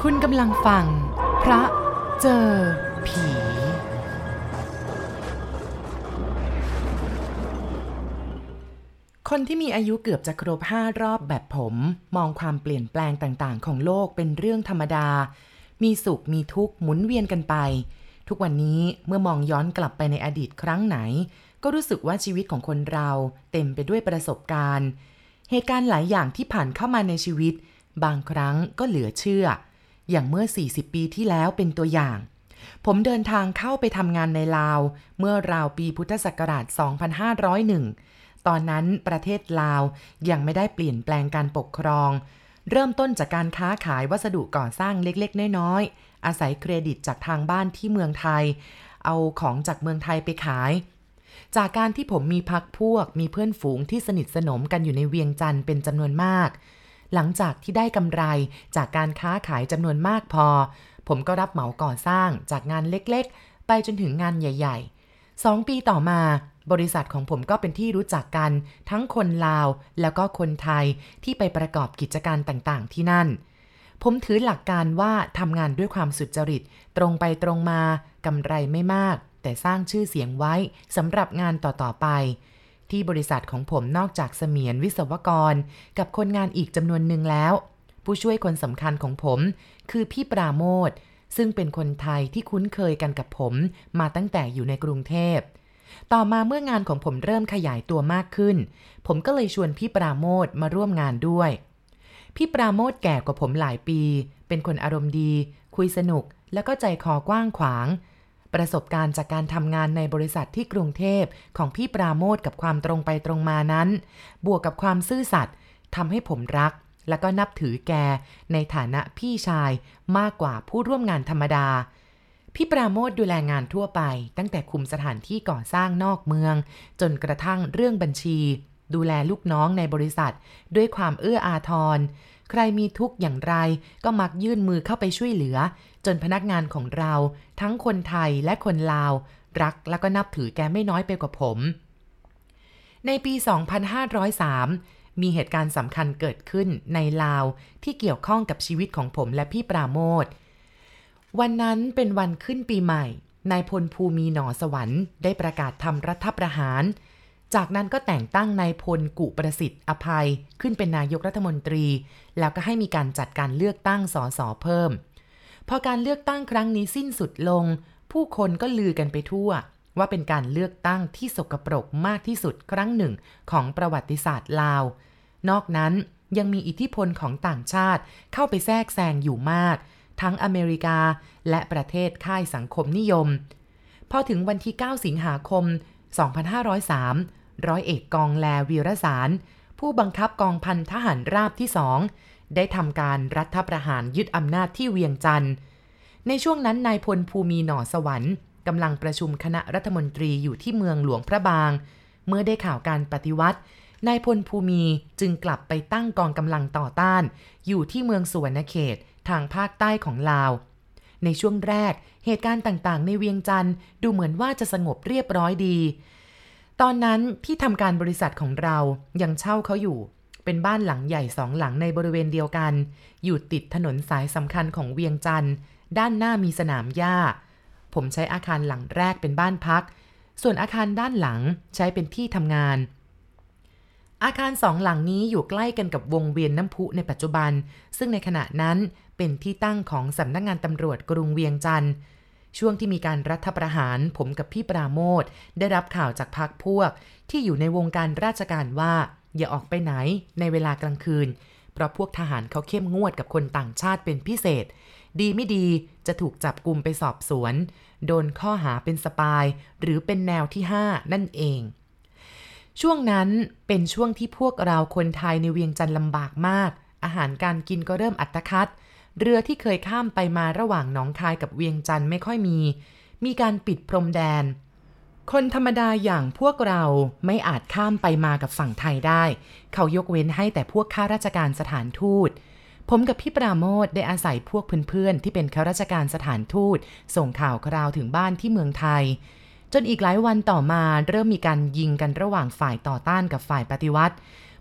คุณกำลังฟังพระเจอผีคนที่มีอายุเกือบจะครบ5รอบแบบผมมองความเปลี่ยนแปลงต่างๆของโลกเป็นเรื่องธรรมดามีสุขมีทุกข์หมุนเวียนกันไปทุกวันนี้เมื่อมองย้อนกลับไปในอดีตครั้งไหนก็รู้สึกว่าชีวิตของคนเราเต็มไปด้วยประสบการณ์เหตุการณ์หลายอย่างที่ผ่านเข้ามาในชีวิตบางครั้งก็เหลือเชื่ออย่างเมื่อ40ปีที่แล้วเป็นตัวอย่างผมเดินทางเข้าไปทำงานในลาวเมื่อราวปีพุทธศักราช2501ตอนนั้นประเทศลาวยังไม่ได้เปลี่ยนแปลงการปกครองเริ่มต้นจากการค้าขายวัสดุก่อสร้างเล็กๆน้อยๆอาศัยเครดิตจากทางบ้านที่เมืองไทยเอาของจากเมืองไทยไปขายจากการที่ผมมีพรรคพวกมีเพื่อนฝูงที่สนิทสนมกันอยู่ในเวียงจันทร์เป็นจำนวนมากหลังจากที่ได้กำไรจากการค้าขายจำนวนมากพอผมก็รับเหมาก่อสร้างจากงานเล็กๆไปจนถึงงานใหญ่ๆ2 ปีต่อมาบริษัทของผมก็เป็นที่รู้จักกันทั้งคนลาวแล้วก็คนไทยที่ไปประกอบกิจการต่างๆที่นั่นผมถือหลักการว่าทำงานด้วยความสุจริตตรงไปตรงมากำไรไม่มากแต่สร้างชื่อเสียงไว้สำหรับงานต่อๆไปที่บริษัทของผมนอกจากเสมียนวิศวกรกับคนงานอีกจำนวนหนึ่งแล้วผู้ช่วยคนสำคัญของผมคือพี่ปราโมทย์ซึ่งเป็นคนไทยที่คุ้นเคยกันกับผมมาตั้งแต่อยู่ในกรุงเทพต่อมาเมื่องานของผมเริ่มขยายตัวมากขึ้นผมก็เลยชวนพี่ปราโมทย์มาร่วมงานด้วยพี่ปราโมทย์แก่กว่าผมหลายปีเป็นคนอารมณ์ดีคุยสนุกแล้วก็ใจคอกว้างขวางประสบการณ์จากการทำงานในบริษัทที่กรุงเทพของพี่ปราโมทย์กับความตรงไปตรงมานั้นบวกกับความซื่อสัตย์ทำให้ผมรักและก็นับถือแกในฐานะพี่ชายมากกว่าผู้ร่วมงานธรรมดาพี่ปราโมทย์ดูแลงานทั่วไปตั้งแต่คุมสถานที่ก่อสร้างนอกเมืองจนกระทั่งเรื่องบัญชีดูแลลูกน้องในบริษัทด้วยความเอื้ออาทรใครมีทุกข์อย่างไรก็มักยื่นมือเข้าไปช่วยเหลือจนพนักงานของเราทั้งคนไทยและคนลาวรักและก็นับถือแกไม่น้อยไปกว่าผมในปี 2503 มีเหตุการณ์สำคัญเกิดขึ้นในลาวที่เกี่ยวข้องกับชีวิตของผมและพี่ปราโมทย์วันนั้นเป็นวันขึ้นปีใหม่นายพลภูมิหนอสวรรค์ได้ประกาศทำรัฐประหารจากนั้นก็แต่งตั้งนายพลกุประสิทธิ์อภัยขึ้นเป็นนายกรัฐมนตรีแล้วก็ให้มีการจัดการเลือกตั้งสสเพิ่มพอการเลือกตั้งครั้งนี้สิ้นสุดลงผู้คนก็ลือกันไปทั่วว่าเป็นการเลือกตั้งที่สกปรกมากที่สุดครั้งหนึ่งของประวัติศาสตร์ลาวนอกนั้นยังมีอิทธิพลของต่างชาติเข้าไปแทรกแซงอยู่มากทั้งอเมริกาและประเทศค่ายสังคมนิยมพอถึงวันที่9 สิงหาคม 2503 ร้อยเอกกองแลวีรสารผู้บังคับกองพันทหารราบที่2ได้ทำการรัฐประหารยึดอำนาจที่เวียงจันทร์ในช่วงนั้นนายพลภูมิหนอสวรรค์กำลังประชุมคณะรัฐมนตรีอยู่ที่เมืองหลวงพระบางเมื่อได้ข่าวการปฏิวัตินายพลภูมิจึงกลับไปตั้งกองกำลังต่อต้านอยู่ที่เมืองสุวรรณเขตทางภาคใต้ของลาวในช่วงแรกเหตุการณ์ต่างๆในเวียงจันทร์ดูเหมือนว่าจะสงบเรียบร้อยดีตอนนั้นที่ทำการบริษัทของเรายังเช่าเขาอยู่เป็นบ้านหลังใหญ่2 หลังในบริเวณเดียวกันอยู่ติดถนนสายสำคัญของเวียงจันทร์ด้านหน้ามีสนามหญ้าผมใช้อาคารหลังแรกเป็นบ้านพักส่วนอาคารด้านหลังใช้เป็นที่ทำงานอาคาร2 หลังนี้อยู่ใกล้กันกับวงเวียนน้ำพุในปัจจุบันซึ่งในขณะนั้นเป็นที่ตั้งของสำนักงานตำรวจกรุงเวียงจันทร์ช่วงที่มีการรัฐประหารผมกับพี่ปราโมทย์ได้รับข่าวจากพรรคพวกที่อยู่ในวงการราชการว่าอย่าออกไปไหนในเวลากลางคืนเพราะพวกทหารเขาเข้มงวดกับคนต่างชาติเป็นพิเศษดีไม่ดีจะถูกจับกุมไปสอบสวนโดนข้อหาเป็นสปายหรือเป็นแนวที่5นั่นเองช่วงนั้นเป็นช่วงที่พวกเราคนไทยในเวียงจันทร์ลำบากมากอาหารการกินก็เริ่มอัตคัดเรือที่เคยข้ามไปมาระหว่างหนองคายกับเวียงจันทร์ไม่ค่อยมีการปิดพรมแดนคนธรรมดาอย่างพวกเราไม่อาจข้ามไปมากับฝั่งไทยได้เขายกเว้นให้แต่พวกข้าราชการสถานทูตผมกับพี่ปราโมทย์ได้อาศัยพวกเพื่อนๆที่เป็นข้าราชการสถานทูตส่งข่าวคราวถึงบ้านที่เมืองไทยจนอีกหลายวันต่อมาเริ่มมีการยิงกันระหว่างฝ่ายต่อต้านกับฝ่ายปฏิวัติ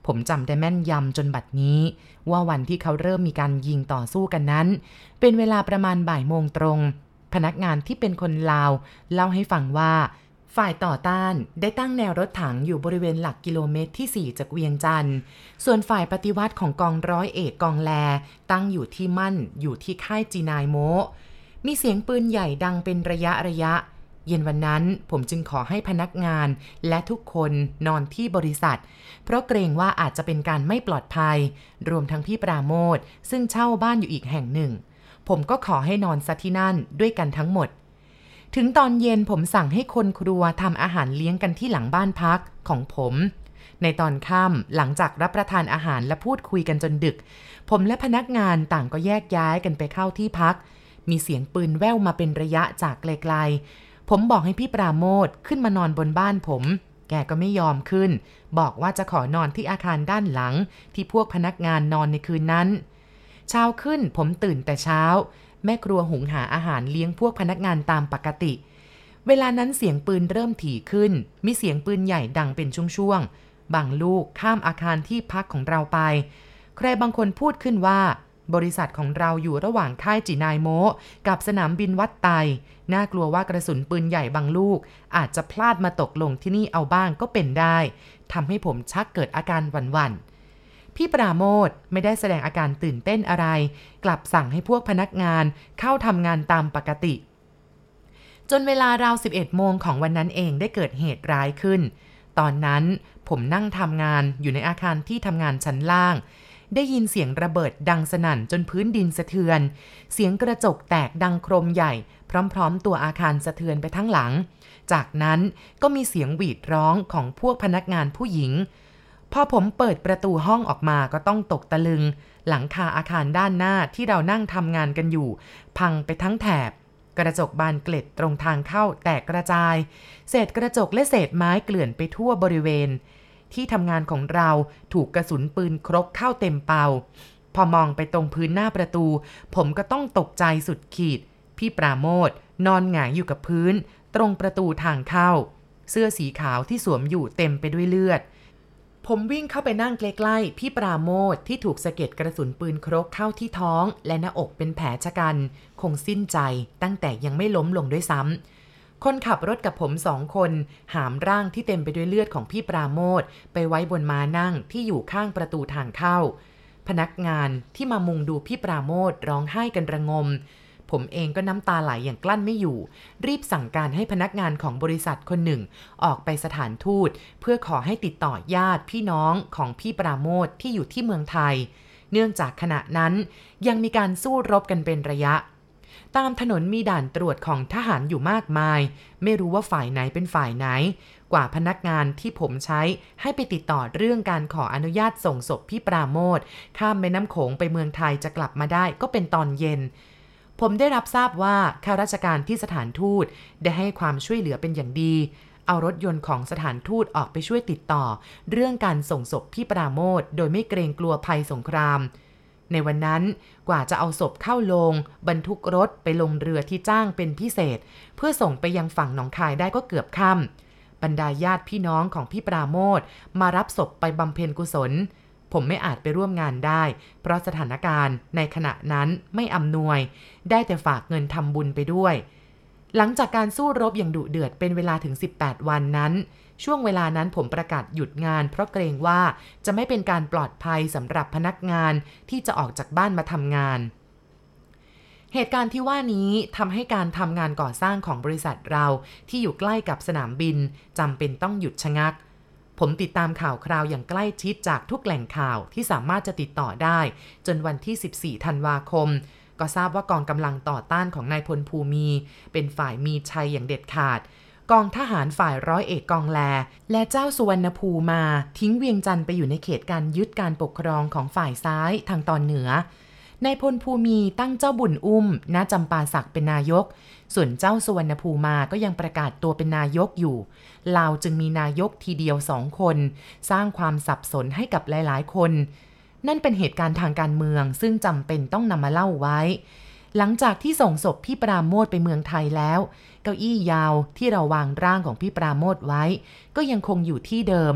ผมจำได้แม่นยำจนบัดนี้ว่าวันที่เขาเริ่มมีการยิงต่อสู้กันนั้นเป็นเวลาประมาณบ่ายโมงตรงพนักงานที่เป็นคนลาวเล่าให้ฟังว่าฝ่ายต่อต้านได้ตั้งแนวรถถังอยู่บริเวณหลักกิโลเมตรที่4จากเวียงจันทร์ส่วนฝ่ายปฏิวัติของกองร้อยเอกกองแลตั้งอยู่ที่มั่นอยู่ที่ค่ายจีนายโมมีเสียงปืนใหญ่ดังเป็นระยะเย็นวันนั้นผมจึงขอให้พนักงานและทุกคนนอนที่บริษัทเพราะเกรงว่าอาจจะเป็นการไม่ปลอดภัยรวมทั้งพี่ปราโมทย์ซึ่งเช่าบ้านอยู่อีกแห่งหนึ่งผมก็ขอให้นอนซะที่นั่นด้วยกันทั้งหมดถึงตอนเย็นผมสั่งให้คนครัวทำอาหารเลี้ยงกันที่หลังบ้านพักของผมในตอนค่ำหลังจากรับประทานอาหารและพูดคุยกันจนดึกผมและพนักงานต่างก็แยกย้ายกันไปเข้าที่พักมีเสียงปืนแว่วมาเป็นระยะจากไกลๆผมบอกให้พี่ปราโมทย์ขึ้นมานอนบนบ้านผมแกก็ไม่ยอมขึ้นบอกว่าจะขอนอนที่อาคารด้านหลังที่พวกพนักงานนอนในคืนนั้นเช้าขึ้นผมตื่นแต่เช้าแม่ครัวหุงหาอาหารเลี้ยงพวกพนักงานตามปกติเวลานั้นเสียงปืนเริ่มถี่ขึ้นมีเสียงปืนใหญ่ดังเป็นช่วงๆบางลูกข้ามอาคารที่พักของเราไปใครบางคนพูดขึ้นว่าบริษัทของเราอยู่ระหว่างค่ายจีนายโมกับสนามบินวัดไตน่ากลัวว่ากระสุนปืนใหญ่บางลูกอาจจะพลาดมาตกลงที่นี่เอาบ้างก็เป็นได้ทำให้ผมชักเกิดอาการหวั่นๆพี่ปราโมทย์ไม่ได้แสดงอาการตื่นเต้นอะไรกลับสั่งให้พวกพนักงานเข้าทำงานตามปกติจนเวลาราว 11 โมงของวันนั้นเองได้เกิดเหตุร้ายขึ้นตอนนั้นผมนั่งทำงานอยู่ในอาคารที่ทำงานชั้นล่างได้ยินเสียงระเบิดดังสนั่นจนพื้นดินสะเทือนเสียงกระจกแตกดังโครมใหญ่พร้อมๆตัวอาคารสะเทือนไปทั้งหลังจากนั้นก็มีเสียงหวีดร้องของพวกพนักงานผู้หญิงพอผมเปิดประตูห้องออกมาก็ต้องตกตะลึงหลังคาอาคารด้านหน้าที่เรานั่งทำงานกันอยู่พังไปทั้งแถบกระจกบานเกล็ดตรงทางเข้าแตกกระจายเศษกระจกและเศษไม้เกลื่อนไปทั่วบริเวณที่ทำงานของเราถูกกระสุนปืนครบเข้าเต็มเป่าพอมองไปตรงพื้นหน้าประตูผมก็ต้องตกใจสุดขีดพี่ปราโมทย์นอนหงายอยู่กับพื้นตรงประตูทางเข้าเสื้อสีขาวที่สวมอยู่เต็มไปด้วยเลือดผมวิ่งเข้าไปนั่งใกล้ๆพี่ปราโมทย์ที่ถูกสะเก็ดกระสุนปืนครบเข้าที่ท้องและหน้าอกเป็นแผลชะกันคงสิ้นใจตั้งแต่ยังไม่ล้มลงด้วยซ้ำคนขับรถกับผม2 คนหามร่างที่เต็มไปด้วยเลือดของพี่ปราโมทย์ไปไว้บนม้านั่งที่อยู่ข้างประตูทางเข้าพนักงานที่มามุงดูพี่ปราโมทย์ร้องไห้กันระงมผมเองก็น้ำตาไหลอย่างกลั้นไม่อยู่รีบสั่งการให้พนักงานของบริษัทคนหนึ่งออกไปสถานทูตเพื่อขอให้ติดต่อญาติพี่น้องของพี่ปราโมทย์ที่อยู่ที่เมืองไทยเนื่องจากขณะนั้นยังมีการสู้รบกันเป็นระยะตามถนนมีด่านตรวจของทหารอยู่มากมายไม่รู้ว่าฝ่ายไหนเป็นฝ่ายไหนกว่าพนักงานที่ผมใช้ให้ไปติดต่อเรื่องการขออนุญาตส่งศพพี่ปราโมทย์ข้ามแม่น้ำโขงไปเมืองไทยจะกลับมาได้ก็เป็นตอนเย็นผมได้รับทราบว่าข้าราชการที่สถานทูตได้ให้ความช่วยเหลือเป็นอย่างดีเอารถยนต์ของสถานทูตออกไปช่วยติดต่อเรื่องการส่งศพพี่ปราโมทย์โดยไม่เกรงกลัวภัยสงครามในวันนั้นกว่าจะเอาศพเข้าโลงบรรทุกรถไปลงเรือที่จ้างเป็นพิเศษเพื่อส่งไปยังฝั่งหนองคายได้ก็เกือบค่ำบรรดาญาติพี่น้องของพี่ปราโมทย์มารับศพไปบำเพ็ญกุศลผมไม่อาจไปร่วมงานได้เพราะสถานการณ์ในขณะนั้นไม่อำนวยได้แต่ฝากเงินทำบุญไปด้วยหลังจากการสู้รบอย่างดุเดือดเป็นเวลาถึง18 วันนั้นช่วงเวลานั้นผมประกาศหยุดงานเพราะเกรงว่าจะไม่เป็นการปลอดภัยสำหรับพนักงานที่จะออกจากบ้านมาทำงานเหตุการณ์ที่ว่านี้ทำให้การทำงานก่อสร้างของบริษัทเราที่อยู่ใกล้กับสนามบินจำเป็นต้องหยุดชะงักผมติดตามข่าวคราวอย่างใกล้ชิดจากทุกแหล่งข่าวที่สามารถจะติดต่อได้จนวันที่ 14 ธันวาคมก็ทราบว่ากองกำลังต่อต้านของนายพลภูมิเป็นฝ่ายมีชัยอย่างเด็ดขาดกองทหารฝ่ายร้อยเอกกองแลและเจ้าสุวรรณภูมาทิ้งเวียงจันทร์ไปอยู่ในเขตการยึดการปกครองของฝ่ายซ้ายทางตอนเหนือนายพลภูมิตั้งเจ้าบุญอุ้มณจำปาสักเป็นนายกส่วนเจ้าสุวรรณภูมาก็ยังประกาศตัวเป็นนายกอยู่ลาวจึงมีนายกทีเดียว2 คนสร้างความสับสนให้กับหลายๆคนนั่นเป็นเหตุการณ์ทางการเมืองซึ่งจำเป็นต้องนำมาเล่าไว้หลังจากที่ส่งศพพี่ปราโมทย์ไปเมืองไทยแล้วเก้าอี้ยาวที่เราวางร่างของพี่ปราโมทย์ไว้ก็ยังคงอยู่ที่เดิม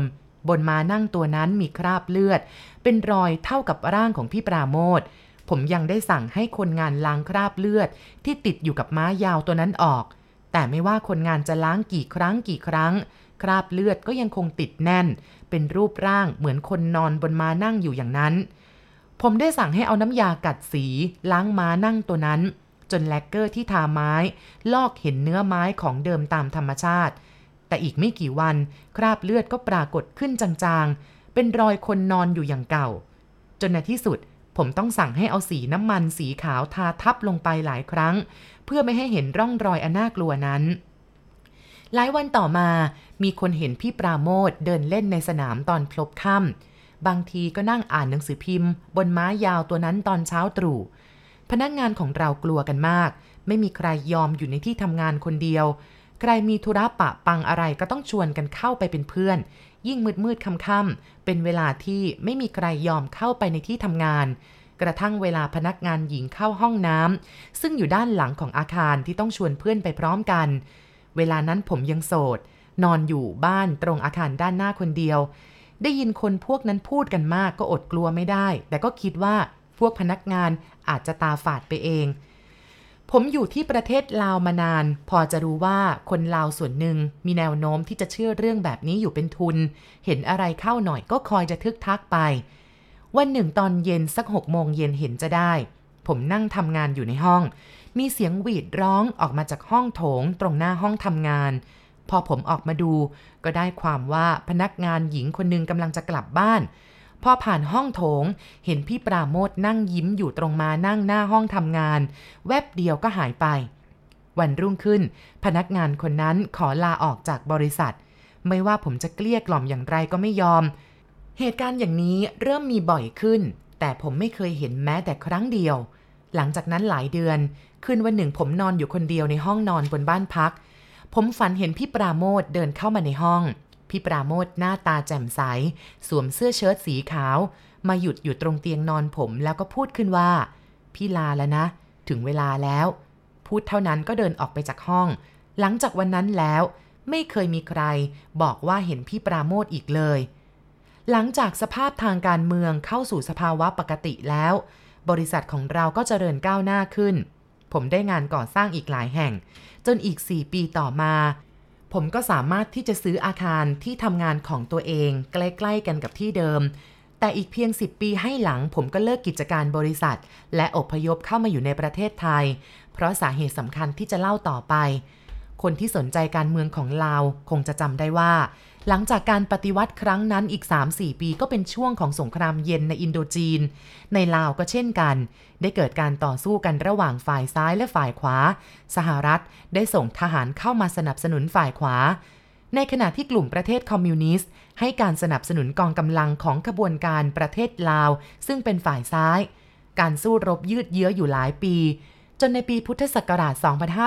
บนม้านั่งตัวนั้นมีคราบเลือดเป็นรอยเท่ากับร่างของพี่ปราโมทย์ผมยังได้สั่งให้คนงานล้างคราบเลือดที่ติดอยู่กับม้ายาวตัวนั้นออกแต่ไม่ว่าคนงานจะล้างกี่ครั้งคราบเลือดก็ยังคงติดแน่นเป็นรูปร่างเหมือนคนนอนบนม้านั่งอยู่อย่างนั้นผมได้สั่งให้เอาน้ำยากัดสีล้างม้านั่งตัวนั้นจนแลกเกอร์ที่ทาไม้ลอกเห็นเนื้อไม้ของเดิมตามธรรมชาติแต่อีกไม่กี่วันคราบเลือดก็ปรากฏขึ้นจางๆเป็นรอยคนนอนอยู่อย่างเก่าจนในที่สุดผมต้องสั่งให้เอาสีน้ำมันสีขาวทาทับลงไปหลายครั้งเพื่อไม่ให้เห็นร่องรอยอันน่ากลัวนั้นหลายวันต่อมามีคนเห็นพี่ปราโมทย์เดินเล่นในสนามตอนพลบค่ำบางทีก็นั่งอ่านหนังสือพิมพ์บนม้ายาวตัวนั้นตอนเช้าตรู่พนักงานของเรากลัวกันมากไม่มีใครยอมอยู่ในที่ทำงานคนเดียวใครมีธุระปะปังอะไรก็ต้องชวนกันเข้าไปเป็นเพื่อนยิ่งมืดค่ำๆเป็นเวลาที่ไม่มีใครยอมเข้าไปในที่ทำงานกระทั่งเวลาพนักงานหญิงเข้าห้องน้ำซึ่งอยู่ด้านหลังของอาคารที่ต้องชวนเพื่อนไปพร้อมกันเวลานั้นผมยังโสดนอนอยู่บ้านตรงอาคารด้านหน้าคนเดียวได้ยินคนพวกนั้นพูดกันมากก็อดกลัวไม่ได้แต่ก็คิดว่าพวกพนักงานอาจจะตาฝาดไปเองผมอยู่ที่ประเทศลาวมานานพอจะรู้ว่าคนลาวส่วนหนึ่งมีแนวโน้มที่จะเชื่อเรื่องแบบนี้อยู่เป็นทุนเห็นอะไรเข้าหน่อยก็คอยจะทึกทักไปวันหนึ่งตอนเย็นสัก6 โมงเย็นเห็นจะได้ผมนั่งทำงานอยู่ในห้องมีเสียงหวีดร้องออกมาจากห้องโถงตรงหน้าห้องทำงานพอผมออกมาดูก็ได้ความว่าพนักงานหญิงคนหนึ่งกำลังจะกลับบ้านพอผ่านห้องโถงเห็นพี่ปราโมทย์นั่งยิ้มอยู่ตรงมานั่งหน้าห้องทำงานแวบเดียวก็หายไปวันรุ่งขึ้นพนักงานคนนั้นขอลาออกจากบริษัทไม่ว่าผมจะเกลี้ยกล่อมอย่างไรก็ไม่ยอมเหตุการณ์อย่างนี้เริ่มมีบ่อยขึ้นแต่ผมไม่เคยเห็นแม้แต่ครั้งเดียวหลังจากนั้นหลายเดือนคืนวันหนึ่งผมนอนอยู่คนเดียวในห้องนอนบนบ้านพักผมฝันเห็นพี่ปราโมทย์เดินเข้ามาในห้องพี่ปราโมทย์หน้าตาแจ่มใสสวมเสื้อเชิ้ตสีขาวมาหยุดอยู่ตรงเตียงนอนผมแล้วก็พูดขึ้นว่าพี่ลาแล้วนะถึงเวลาแล้วพูดเท่านั้นก็เดินออกไปจากห้องหลังจากวันนั้นแล้วไม่เคยมีใครบอกว่าเห็นพี่ปราโมทย์อีกเลยหลังจากสภาพทางการเมืองเข้าสู่สภาวะปกติแล้วบริษัทของเราก็เจริญก้าวหน้าขึ้นผมได้งานก่อสร้างอีกหลายแห่งจนอีก4 ปีต่อมาผมก็สามารถที่จะซื้ออาคารที่ทำงานของตัวเองใกล้ๆกันกับที่เดิมแต่อีกเพียง10 ปีให้หลังผมก็เลิกกิจการบริษัทและอพยพเข้ามาอยู่ในประเทศไทยเพราะสาเหตุสำคัญที่จะเล่าต่อไปคนที่สนใจการเมืองของลาวคงจะจำได้ว่าหลังจากการปฏิวัติครั้งนั้นอีก 3-4 ปีก็เป็นช่วงของสงครามเย็นในอินโดจีนในลาวก็เช่นกันได้เกิดการต่อสู้กันระหว่างฝ่ายซ้ายและฝ่ายขวาสหรัฐได้ส่งทหารเข้ามาสนับสนุนฝ่ายขวาในขณะที่กลุ่มประเทศคอมมิวนิสต์ให้การสนับสนุนกองกำลังของขบวนการประเทศลาวซึ่งเป็นฝ่ายซ้ายการสู้รบยืดเยื้ออยู่หลายปีจนในปีพุทธศักราช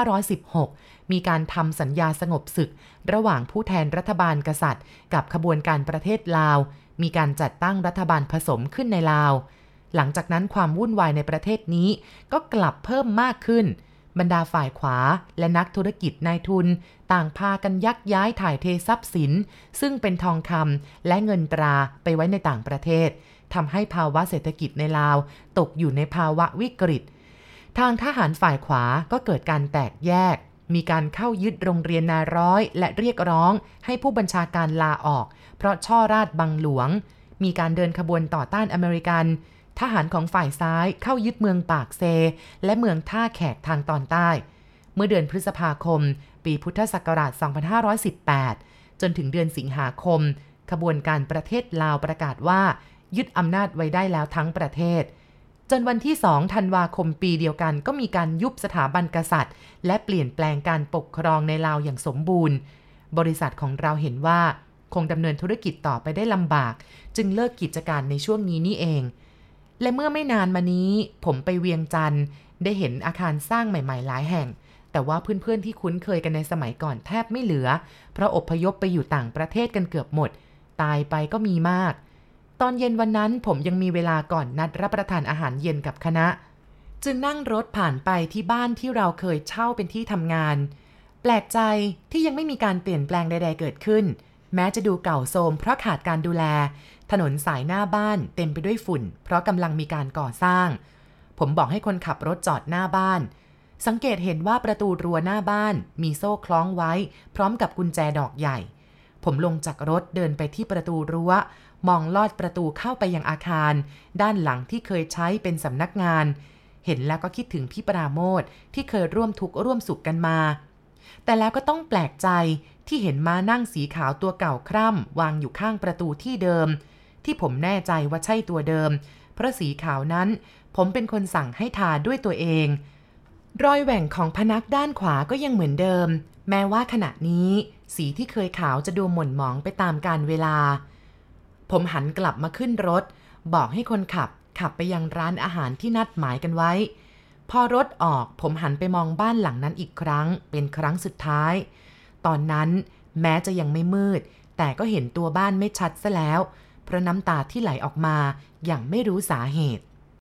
2516 มีการทำสัญญาสงบศึกระหว่างผู้แทนรัฐบาลกษัตริย์กับขบวนการประเทศลาวมีการจัดตั้งรัฐบาลผสมขึ้นในลาวหลังจากนั้นความวุ่นวายในประเทศนี้ก็กลับเพิ่มมากขึ้นบรรดาฝ่ายขวาและนักธุรกิจนายทุนต่างพากันยักย้ายถ่ายเททรัพย์สินซึ่งเป็นทองคำและเงินตราไปไว้ในต่างประเทศทำให้ภาวะเศรษฐกิจในลาวตกอยู่ในภาวะวิกฤตทางทหารฝ่ายขวาก็เกิดการแตกแยกมีการเข้ายึดโรงเรียนนายร้อยและเรียกร้องให้ผู้บัญชาการลาออกเพราะช่อราชบังหลวงมีการเดินขบวนต่อต้านอเมริกันทหารของฝ่ายซ้ายเข้ายึดเมืองปากเซและเมืองท่าแขกทางตอนใต้เมื่อเดือนพฤษภาคมปีพุทธศักราช 2518 จนถึงเดือนสิงหาคมขบวนการประเทศลาวประกาศว่ายึดอำนาจไว้ได้แล้วทั้งประเทศจนวันที่2 ธันวาคมปีเดียวกันก็มีการยุบสถาบันกษัตริย์และเปลี่ยนแปลงการปกครองในลาวอย่างสมบูรณ์บริษัทของเราเห็นว่าคงดำเนินธุรกิจต่อไปได้ลำบากจึงเลิกกิจการในช่วงนี้นี่เองและเมื่อไม่นานมานี้ผมไปเวียงจันทร์ได้เห็นอาคารสร้างใหม่ๆหลายแห่งแต่ว่าเพื่อนๆที่คุ้นเคยกันในสมัยก่อนแทบไม่เหลือเพราะอพยพไปอยู่ต่างประเทศกันเกือบหมดตายไปก็มีมากตอนเย็นวันนั้นผมยังมีเวลาก่อนนัดรับประทานอาหารเย็นกับคณะจึงนั่งรถผ่านไปที่บ้านที่เราเคยเช่าเป็นที่ทำงานแปลกใจที่ยังไม่มีการเปลี่ยนแปลงใดๆเกิดขึ้นแม้จะดูเก่าโทรมเพราะขาดการดูแลถนนสายหน้าบ้านเต็มไปด้วยฝุ่นเพราะกำลังมีการก่อสร้างผมบอกให้คนขับรถจอดหน้าบ้านสังเกตเห็นว่าประตูรั้วหน้าบ้านมีโซ่คล้องไว้พร้อมกับกุญแจดอกใหญ่ผมลงจากรถเดินไปที่ประตูรั้วมองลอดประตูเข้าไปยังอาคารด้านหลังที่เคยใช้เป็นสำนักงานเห็นแล้วก็คิดถึงพี่ปราโมทย์ที่เคยร่วมทุกข์ร่วมสุขกันมาแต่แล้วก็ต้องแปลกใจที่เห็นม้านั่งสีขาวตัวเก่าคร่ำวางอยู่ข้างประตูที่เดิมที่ผมแน่ใจว่าใช่ตัวเดิมเพราะสีขาวนั้นผมเป็นคนสั่งให้ทาด้วยตัวเองรอยแหว่งของพนักด้านขวาก็ยังเหมือนเดิมแม้ว่าขณะนี้สีที่เคยขาวจะดูหม่นหมองไปตามกาลเวลาผมหันกลับมาขึ้นรถบอกให้คนขับไปยังร้านอาหารที่นัดหมายกันไว้พอรถออกผมหันไปมองบ้านหลังนั้นอีกครั้งเป็นครั้งสุดท้ายตอนนั้นแม้จะยังไม่มืดแต่ก็เห็นตัวบ้านไม่ชัดซะแล้วเพราะน้ำตาที่ไหลออกมาอย่างไม่รู้สาเหตุ